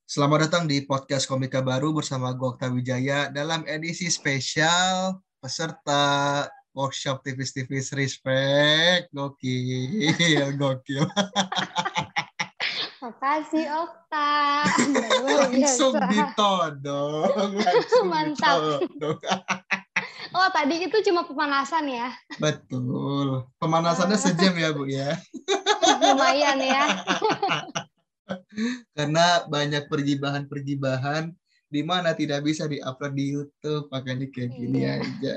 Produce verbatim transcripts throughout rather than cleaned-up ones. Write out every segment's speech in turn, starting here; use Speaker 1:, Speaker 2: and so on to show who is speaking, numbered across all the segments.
Speaker 1: Selamat datang di podcast Komika Baru bersama gue Okta Wijaya dalam edisi spesial peserta workshop tipis-tipis respect. Gokil, gokil.
Speaker 2: Makasih Okta, Anda luar
Speaker 1: Langsung
Speaker 2: biasa.
Speaker 1: ditodong, langsung
Speaker 2: Mantap.
Speaker 1: ditodong.
Speaker 2: Oh tadi itu cuma pemanasan ya?
Speaker 1: Betul. Pemanasannya
Speaker 2: Uh,
Speaker 1: sejam ya Bu ya.
Speaker 2: lumayan ya.
Speaker 1: Karena banyak pergibahan-pergibahan di mana tidak bisa diupload di YouTube, makanya kayak gini
Speaker 2: Iya.
Speaker 1: aja.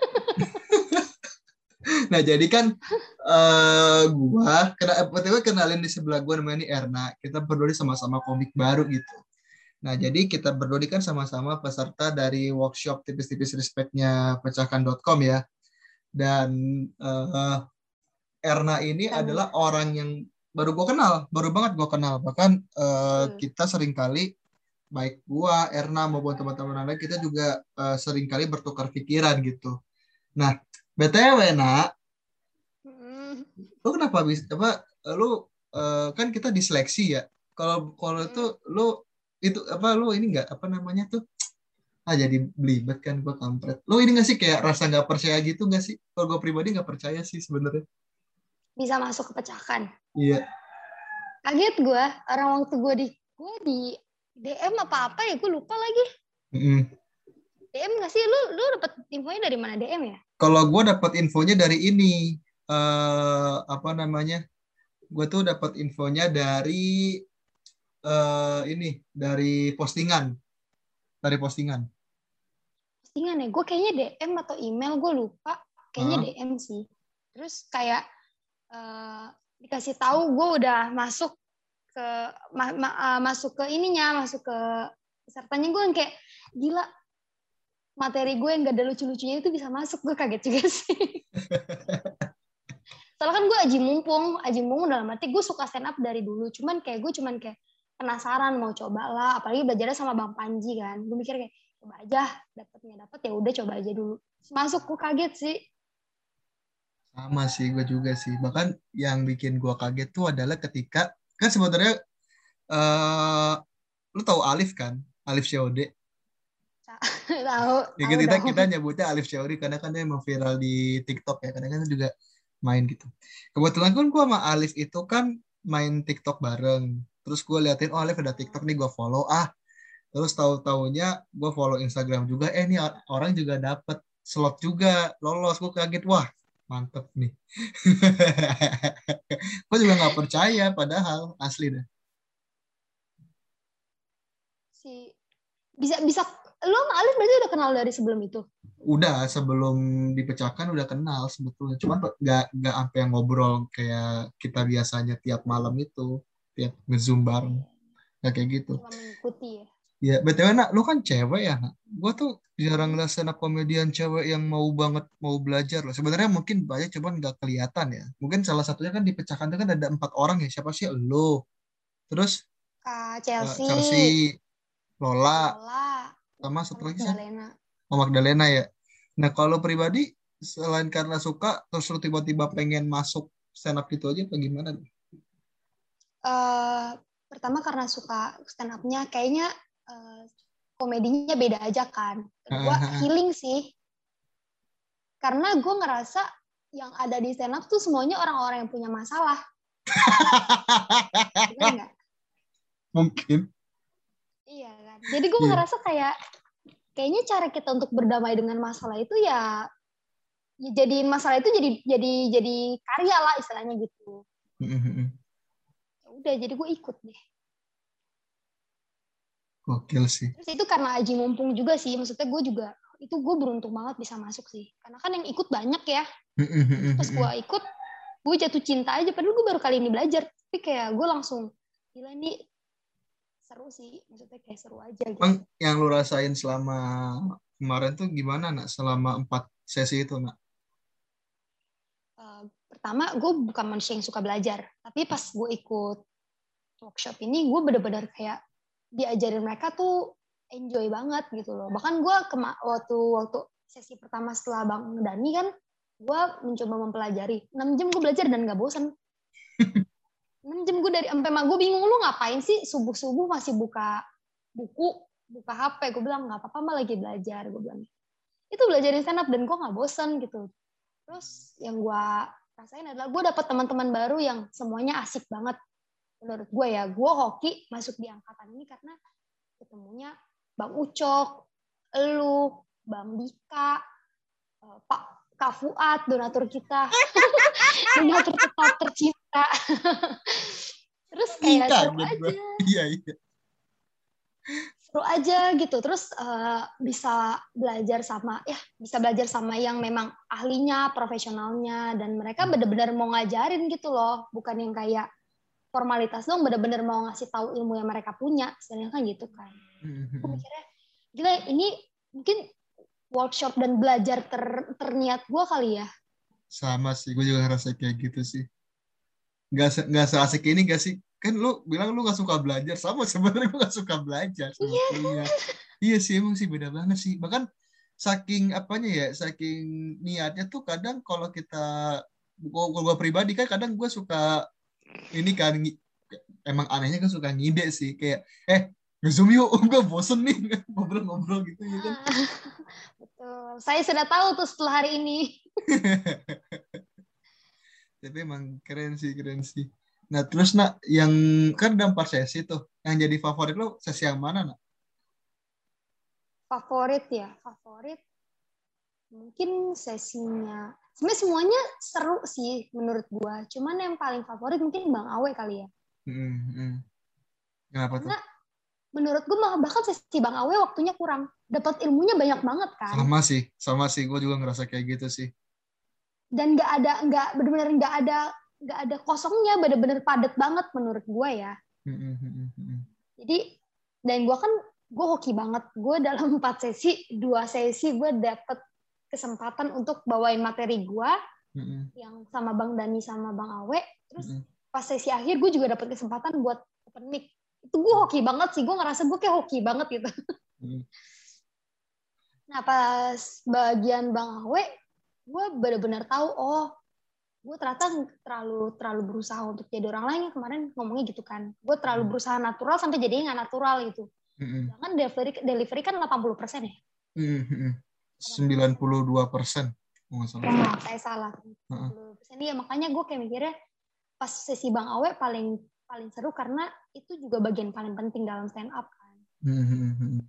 Speaker 1: Nah jadi kan uh, gua kena btw kenalin di sebelah gua namanya ini Erna. Kita berdua sama-sama komik baru gitu. Nah jadi kita berdua kan sama-sama peserta dari workshop tipis-tipis respectnya pecahkan dot com ya. Dan uh, Erna ini
Speaker 2: Kan.
Speaker 1: adalah orang yang baru gua kenal, baru banget gua kenal. Bahkan uh,
Speaker 2: Hmm.
Speaker 1: kita sering kali baik gua, Erna maupun teman-teman lain kita juga uh, sering kali bertukar pikiran gitu. Nah, B T W nak,
Speaker 2: Hmm.
Speaker 1: lu kenapa bisa apa lu uh, kan kita diseleksi ya kalau kalau itu
Speaker 2: Hmm.
Speaker 1: lu itu apa lu ini nggak apa namanya tuh ah jadi belibet kan gua kampret lu ini nggak sih kayak rasa nggak percaya gitu nggak sih kalau gua pribadi nggak percaya sih sebenarnya.
Speaker 2: Bisa masuk ke pecahkan.
Speaker 1: Iya.
Speaker 2: Kaget gue, orang waktu gue di gue di D M apa-apa ya, gue lupa lagi.
Speaker 1: Mm-mm.
Speaker 2: D M nggak sih? Lu lu dapet infonya dari mana D M ya?
Speaker 1: Kalau gua dapat infonya dari ini uh, apa namanya gua tuh dapat infonya dari uh, ini dari postingan dari postingan.
Speaker 2: Postingan ya, gue kayaknya D M atau email, gue lupa. Kayaknya
Speaker 1: Huh?
Speaker 2: D M sih. Terus kayak uh, dikasih tahu gue udah masuk ke ma- ma- uh, masuk ke ininya, masuk ke pesertanya. Gue yang kayak gila, materi gue yang gak ada lucu-lucunya itu bisa masuk. Gue kaget juga sih. Soalnya kan gue aji mumpung, aji mumpung dalam arti gue suka stand up dari dulu. Cuman kayak gue cuman kayak penasaran mau coba lah. Apalagi belajarnya sama Bang Panji kan. Gue mikir kayak coba aja, dapetnya dapet ya udah coba aja dulu. Masuk, gue kaget sih.
Speaker 1: Sama sih, gue juga sih. Bahkan yang bikin gue kaget tuh adalah ketika, kan sebenarnya, uh, lu tahu Alif kan? Alif C O D.
Speaker 2: Tahu,
Speaker 1: Ya,
Speaker 2: tahu
Speaker 1: kita,
Speaker 2: dong.
Speaker 1: kita nyebutnya Alif C O D karena kan dia emang viral di TikTok ya. Karena kan juga main gitu. Kebetulan kan gue sama Alif itu kan main TikTok bareng. Terus gue liatin, oh Alif ada TikTok nih, gue follow. Ah, terus tahu-taunya gue follow Instagram juga. Eh, nih orang juga dapet slot juga. Lolos, gue kaget. Wah, mantep nih. Gue juga nggak percaya, padahal asli deh.
Speaker 2: Si bisa bisa lo sama Alif berarti udah kenal dari sebelum itu?
Speaker 1: Udah sebelum dipecahkan udah kenal sebetulnya, cuman nggak nggak sampai ngobrol kayak kita biasanya tiap malam itu, tiap ngezoom bareng, nggak kayak gitu.
Speaker 2: Cuma mengikuti ya.
Speaker 1: Ya, B T W nak, lu kan cewek ya nak. Gue tuh jarang lihat stand up komedian cewek yang mau banget mau belajar loh. Sebenarnya mungkin banyak, cuman nggak kelihatan ya. Mungkin salah satunya kan dipecahkan itu kan ada empat orang ya. Siapa sih? Lo, terus
Speaker 2: Kak
Speaker 1: uh,
Speaker 2: Chelsea,
Speaker 1: Chelsea, Lola,
Speaker 2: Lola,
Speaker 1: sama satu
Speaker 2: sama
Speaker 1: lagi siapa?
Speaker 2: Magdalena.
Speaker 1: Oh, Magdalena ya. Nah, kalau pribadi, selain karena suka, terus lu tiba-tiba pengen masuk stand up gitu aja, apa gimana?
Speaker 2: Uh, pertama karena suka stand up-nya, kayaknya uh, komedinya beda aja kan. Kedua, healing sih. Karena gue ngerasa yang ada di stand up tuh semuanya orang-orang yang punya masalah. Bener nggak?
Speaker 1: Mungkin.
Speaker 2: Iya kan. Jadi gue
Speaker 1: Yeah.
Speaker 2: ngerasa kayak kayaknya cara kita untuk berdamai dengan masalah itu ya, ya jadiin masalah itu jadi jadi jadi karya lah istilahnya gitu. Ya udah, jadi gue ikut deh.
Speaker 1: Gokil sih.
Speaker 2: Terus itu karena aji mumpung juga sih. Maksudnya gue juga itu gue beruntung banget bisa masuk sih. Karena kan yang ikut banyak ya. Terus pas gue ikut, gue jatuh cinta aja. Padahal gue baru kali ini belajar. Tapi kayak gue langsung, gila nih seru sih. Maksudnya kayak seru aja gitu.
Speaker 1: Bang, yang lu rasain selama kemarin tuh gimana nak? Selama empat sesi itu nak?
Speaker 2: Uh, pertama, gue bukan manusia yang suka belajar. Tapi pas gue ikut workshop ini, gue benar-benar kayak diajarin mereka tuh enjoy banget gitu loh. Bahkan gue waktu waktu sesi pertama setelah Bang Dani kan, gue mencoba mempelajari. enam jam gue belajar dan gak bosan. enam jam gue dari sampai gue bingung, lu ngapain sih subuh-subuh masih buka buku, buka H P. Gue bilang nggak apa-apa, mah lagi belajar, gue bilang. Itu belajarin stand up dan gue nggak bosen gitu. Terus yang gue rasain adalah gue dapet teman-teman baru yang semuanya asik banget. Menurut gue ya, gue hoki masuk di angkatan ini karena ketemunya Bang Ucok, elu, Bang Dika, Pak Kak Fuad, donatur kita, donatur tetap tercinta. Terus kayak seru aja.
Speaker 1: Iya, iya.
Speaker 2: Seru aja gitu. Terus uh, bisa belajar sama, ya bisa belajar sama yang memang ahlinya, profesionalnya, dan mereka benar-benar mau ngajarin gitu loh, bukan yang kayak formalitas dong, benar-benar mau ngasih tahu ilmu yang mereka punya, sebenarnya kan gitu kan. Aku mikirnya, gila ini mungkin workshop dan belajar ter, terniat gue kali ya.
Speaker 1: Sama sih, gue juga ngerasa kayak gitu sih. Gak, gak seasik ini gak sih? Kan lu bilang lu gak suka belajar, sama sebenarnya gue gak suka belajar sebetulnya. Iya sih, emang sih beda banget sih. Bahkan saking apanya ya, saking niatnya tuh kadang kalau kita, kalau gue pribadi kan kadang gue suka ini kan, emang anehnya kan suka ngide sih. Kayak, eh nge-zoom yuk, gue bosen nih ngobrol-ngobrol gitu ya kan.
Speaker 2: Betul. Saya sudah tahu tuh setelah hari ini.
Speaker 1: Tapi emang keren sih, keren sih. Nah, terus nak, yang kan ada empat sesi tuh. Yang jadi favorit lo sesi yang mana, nak?
Speaker 2: Favorit ya, favorit. Mungkin sesinya. Sebenarnya semuanya seru sih menurut gua. Cuman yang paling favorit mungkin Bang Awe kali ya.
Speaker 1: Hmm, hmm. Kenapa
Speaker 2: Karena
Speaker 1: tuh?
Speaker 2: menurut gua bahkan sesi Bang Awe waktunya kurang. Dapat ilmunya banyak banget kan.
Speaker 1: Sama sih, sama sih. Gue juga ngerasa kayak gitu sih.
Speaker 2: Dan nggak ada, nggak benar-benar nggak ada, nggak ada kosongnya, benar-benar padat banget menurut gua ya.
Speaker 1: Hmm, hmm, hmm.
Speaker 2: Jadi dan gua kan gue hoki banget. Gue dalam empat sesi, dua sesi gue dapet kesempatan untuk bawain materi gue mm-hmm. yang sama Bang Dani sama Bang Awe. Terus mm-hmm. pas sesi akhir gue juga dapet kesempatan buat open mic. Itu gue hoki banget sih. Gue ngerasa gue kayak hoki banget gitu. Mm-hmm. Nah pas bagian Bang Awe, gue benar-benar tahu oh gue ternyata terlalu terlalu berusaha untuk jadi orang lain. Yang kemarin ngomongnya gitu kan. Gue terlalu berusaha natural sampai jadinya nggak natural gitu. Mm-hmm. Jangan delivery, delivery kan delapan puluh persen ya?
Speaker 1: Mm-hmm. sembilan puluh dua persen.
Speaker 2: Oh, oh, saya salah. sembilan puluh persen. Uh-huh. Ya, makanya gue kayak mikirnya pas sesi Bang Awe paling paling seru karena itu juga bagian paling penting dalam stand up kan.
Speaker 1: Mm-hmm.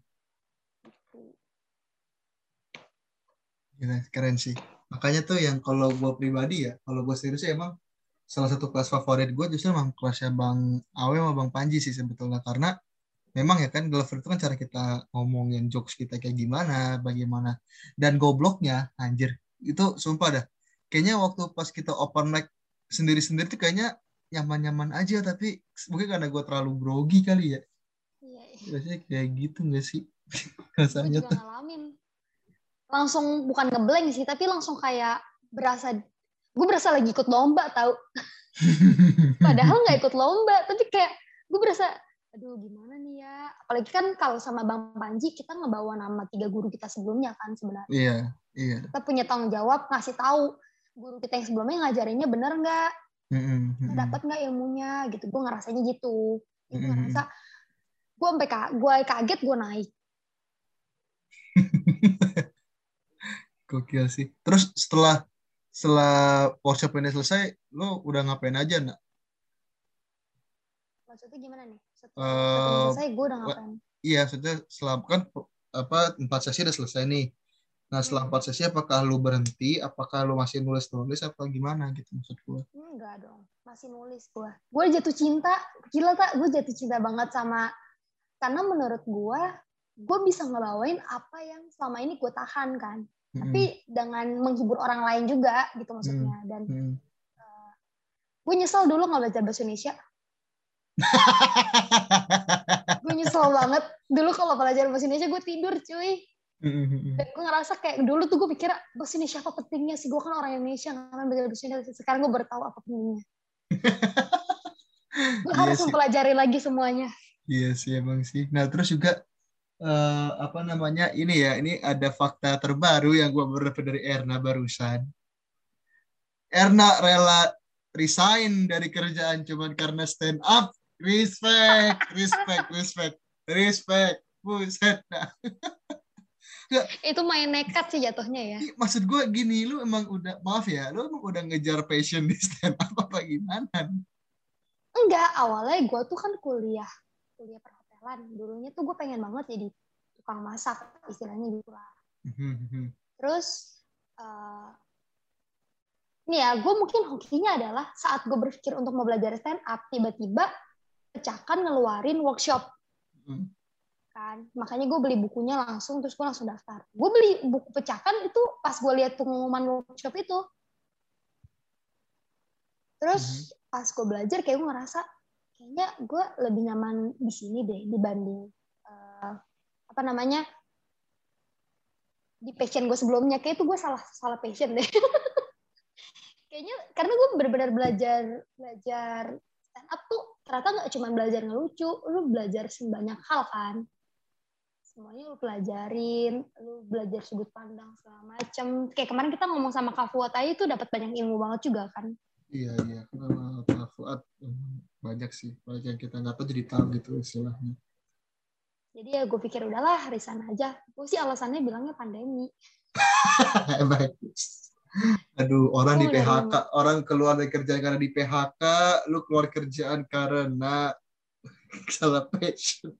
Speaker 1: Gila, keren sih. Makanya tuh yang kalau gue pribadi ya, kalau gue sendiri sih emang salah satu kelas favorit gue justru emang kelasnya Bang Awe sama Bang Panji sih sebetulnya. Karena memang ya kan deliver itu kan cara kita ngomongin jokes kita kayak gimana, bagaimana. Dan gobloknya, anjir, itu sumpah dah. Kayaknya waktu pas kita open mic sendiri-sendiri tuh kayaknya nyaman-nyaman aja, tapi mungkin karena gue terlalu grogi kali ya. Iya, iya. Rasanya kayak gitu gak sih? Rasanya
Speaker 2: tuh. Gue juga ngalamin. Langsung bukan ngeblank sih, tapi langsung kayak berasa, gue berasa lagi ikut lomba tau. Padahal gak ikut lomba, tapi kayak gue berasa, aduh gimana nih ya. Apalagi kan kalau sama Bang Panji, kita ngebawa nama tiga guru kita sebelumnya kan sebenarnya.
Speaker 1: Iya, iya.
Speaker 2: Kita punya tanggung jawab ngasih tahu guru kita yang sebelumnya ngajarinnya bener nggak, mm-hmm. dapat nggak ilmunya gitu. Gue ngerasanya gitu. Gue mm-hmm. ngerasa, gue sampai gue kaget gue naik.
Speaker 1: Gokil sih. Terus setelah setelah workshop ini selesai, lo udah ngapain aja, nak?
Speaker 2: Maksudnya gimana nih? Setelah uh, workshop ini selesai, gue udah ngapain?
Speaker 1: Iya, maksudnya setelah kan apa empat sesi udah selesai nih. Nah setelah empat sesi, apakah lu berhenti? Apakah lu masih nulis-nulis? Apa gimana gitu maksud gue?
Speaker 2: Enggak dong, masih nulis gue. Gue jatuh cinta, gila tak? Gue jatuh cinta banget sama, karena menurut gue, gue bisa ngebawain apa yang selama ini gue tahan kan. Mm-hmm. Tapi dengan menghibur orang lain juga gitu maksudnya. Mm-hmm. Dan uh, gue nyesel dulu nggak belajar bahasa Indonesia. Gue nyesel banget. Dulu kalau belajar bahasa Indonesia gue tidur cuy. Dan gue ngerasa kayak dulu tuh gue pikir bahasa Indonesia apa pentingnya sih, gue kan orang Indonesia ngapain belajar bahasa Indonesia. Sekarang gue baru tahu apa pentingnya. Gue harus
Speaker 1: yes,
Speaker 2: mempelajari lagi semuanya.
Speaker 1: Iya sih emang sih. Nah terus juga uh, apa namanya ini ya, ini ada fakta terbaru yang gue baru dapat dari Erna barusan. Erna rela resign dari kerjaan cuman karena stand up. Respect, respect, respect, respect. Buset dah.
Speaker 2: Itu main nekat sih jatuhnya ya.
Speaker 1: Maksud gue gini, lu emang udah, maaf ya, lu emang udah ngejar passion di stand up apa gimana?
Speaker 2: Enggak, awalnya gue tuh kan kuliah, kuliah perhotelan. Dulunya tuh gue pengen banget jadi tukang masak, istilahnya gitu lah. Terus, uh, ini ya, gue mungkin hokinya adalah saat gue berpikir untuk mau belajar stand up, tiba-tiba pecahkan ngeluarin workshop. Hmm. Kan, makanya gue beli bukunya langsung, terus gue langsung daftar. Gue beli buku pecahkan itu pas gue lihat pengumuman workshop itu. Terus hmm. pas gue belajar kayak gue ngerasa kayaknya gue lebih nyaman di sini deh dibanding uh, apa namanya di passion gue sebelumnya. Kayak itu gue salah salah passion deh. Kayaknya karena gue benar-benar belajar belajar stand up tuh ternyata nggak cuma belajar ngelucu, lu belajar sebanyak hal kan. Semuanya lu pelajarin, lu belajar sudut pandang segala macam. Kayak kemarin kita ngomong sama Kak Fuad aja itu dapat banyak ilmu banget juga kan.
Speaker 1: Iya, iya. Karena Kak Fuad banyak sih. Banyak yang kita nggak tahu jadi tahu gitu istilahnya.
Speaker 2: Jadi ya gue pikir udahlah resign aja. Gue sih alasannya bilangnya pandemi.
Speaker 1: Bagus. Aduh, orang oh, di P H K, dari... orang keluar dari kerjaan karena di P H K, lu keluar kerjaan karena salah passion.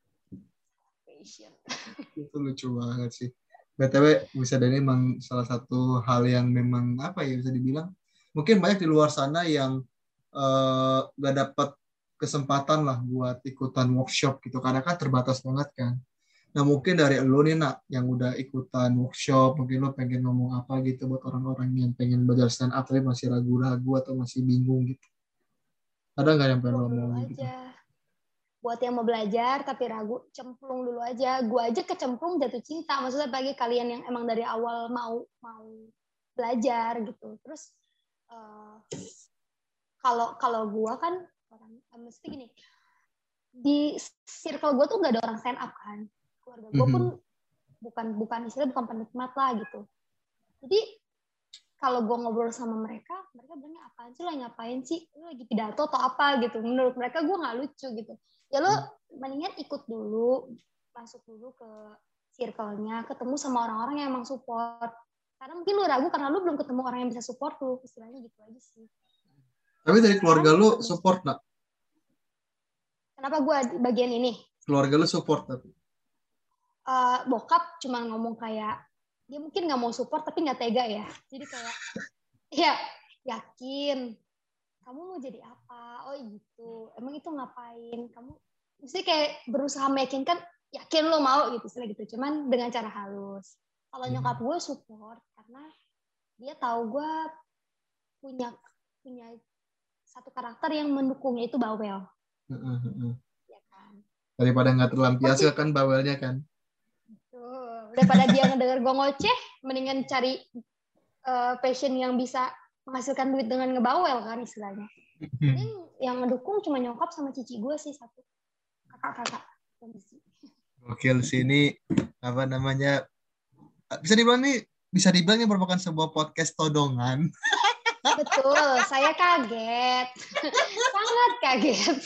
Speaker 1: Passion. Itu lucu banget sih. B T W, bisa dari memang salah satu hal yang memang apa ya bisa dibilang, mungkin banyak di luar sana yang uh, gak dapat kesempatan lah buat ikutan workshop gitu, karena kan terbatas banget kan. Nah mungkin dari lo nih nak yang udah ikutan workshop, mungkin lo pengen ngomong apa gitu buat orang-orang yang pengen belajar stand up tapi masih ragu-ragu atau masih bingung gitu. Ada nggak yang pengen lo ngomong gitu?
Speaker 2: Buat yang mau belajar tapi ragu, cemplung dulu aja. Gue aja kecemplung jatuh cinta. Maksudnya bagi kalian yang emang dari awal mau mau belajar gitu. Terus uh, kalau kalau gue kan orang, mesti gini, di circle gue tuh gak ada orang stand up kan. Keluarga gue pun mm-hmm. bukan bukan istilah bukan penikmat lah gitu. Jadi kalau gue ngobrol sama mereka, mereka bilangnya apaan sih lo ngapain sih? Lo lagi pidato atau apa gitu. Menurut mereka gue nggak lucu gitu. Ya lo mm. mendingan ikut dulu, masuk dulu ke circle-nya, ketemu sama orang-orang yang emang support. Karena mungkin lo ragu karena lo belum ketemu orang yang bisa support lo. Istilahnya gitu aja sih.
Speaker 1: Tapi dari keluarga lo support nggak?
Speaker 2: Kenapa gue bagian ini?
Speaker 1: Keluarga lo support tapi?
Speaker 2: Uh, bokap cuma ngomong kayak dia mungkin nggak mau support tapi nggak tega ya, jadi kayak ya yakin kamu mau jadi apa, oh gitu emang itu ngapain kamu, mesti kayak berusaha meyakinkan yakin lo mau gitu istilah gitu, cuman dengan cara halus. Kalau nyokap gue support karena dia tahu gue punya punya satu karakter yang mendukungnya itu bawel. Ya kan?
Speaker 1: Daripada nggak terlampiaskan kan bawelnya kan.
Speaker 2: Tuh, daripada dia ngedenger gue ngoceh, mendingan cari uh, passion yang bisa menghasilkan duit dengan ngebawel kan istilahnya. Jadi yang ngedukung cuma nyokap sama cici gue sih satu, kakak-kakak.
Speaker 1: Oke, sini apa namanya bisa dibilang nih bisa dibilang yang merupakan sebuah podcast todongan.
Speaker 2: Betul, saya kaget, sangat kaget.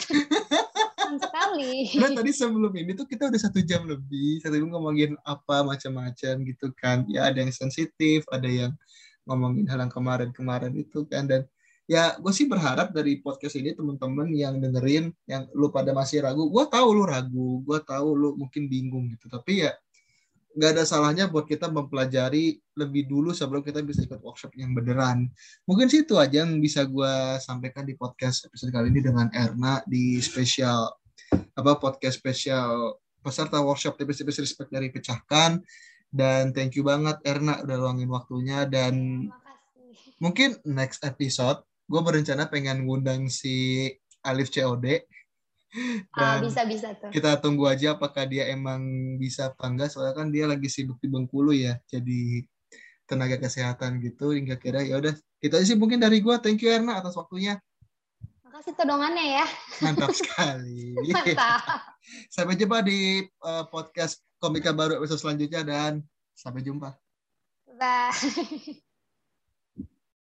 Speaker 2: Sekali.
Speaker 1: Karena tadi sebelum ini tuh kita udah satu jam lebih, satu jam ngomongin apa macam-macam gitu kan. Ya ada yang sensitif, ada yang ngomongin hal yang kemarin-kemarin itu kan. Dan ya gue sih berharap dari podcast ini teman-teman yang dengerin, yang lu pada masih ragu, gue tahu lu ragu, gue tahu lu mungkin bingung gitu. Tapi ya nggak ada salahnya buat kita mempelajari lebih dulu sebelum kita bisa ikut workshop yang beneran. Mungkin sih itu aja yang bisa gue sampaikan di podcast episode kali ini dengan Erna di spesial apa podcast spesial peserta workshop tipis-tipis respect dari Pecahkan. Dan thank you banget Erna udah luangin waktunya. Dan makasih. Mungkin next episode gue berencana pengen ngundang si Alif C O D.
Speaker 2: Dan ah, bisa bisa tuh.
Speaker 1: Kita tunggu aja apakah dia emang bisa apa enggak, soalnya kan dia lagi sibuk di Bengkulu ya, jadi tenaga kesehatan gitu. Hingga kira ya udah itu aja sih mungkin dari gue. Thank you Erna atas waktunya.
Speaker 2: Makasih todongannya ya.
Speaker 1: Mantap sekali.
Speaker 2: Mantap.
Speaker 1: Sampai jumpa di uh, podcast Komika Baru episode selanjutnya dan sampai jumpa.
Speaker 2: Bye.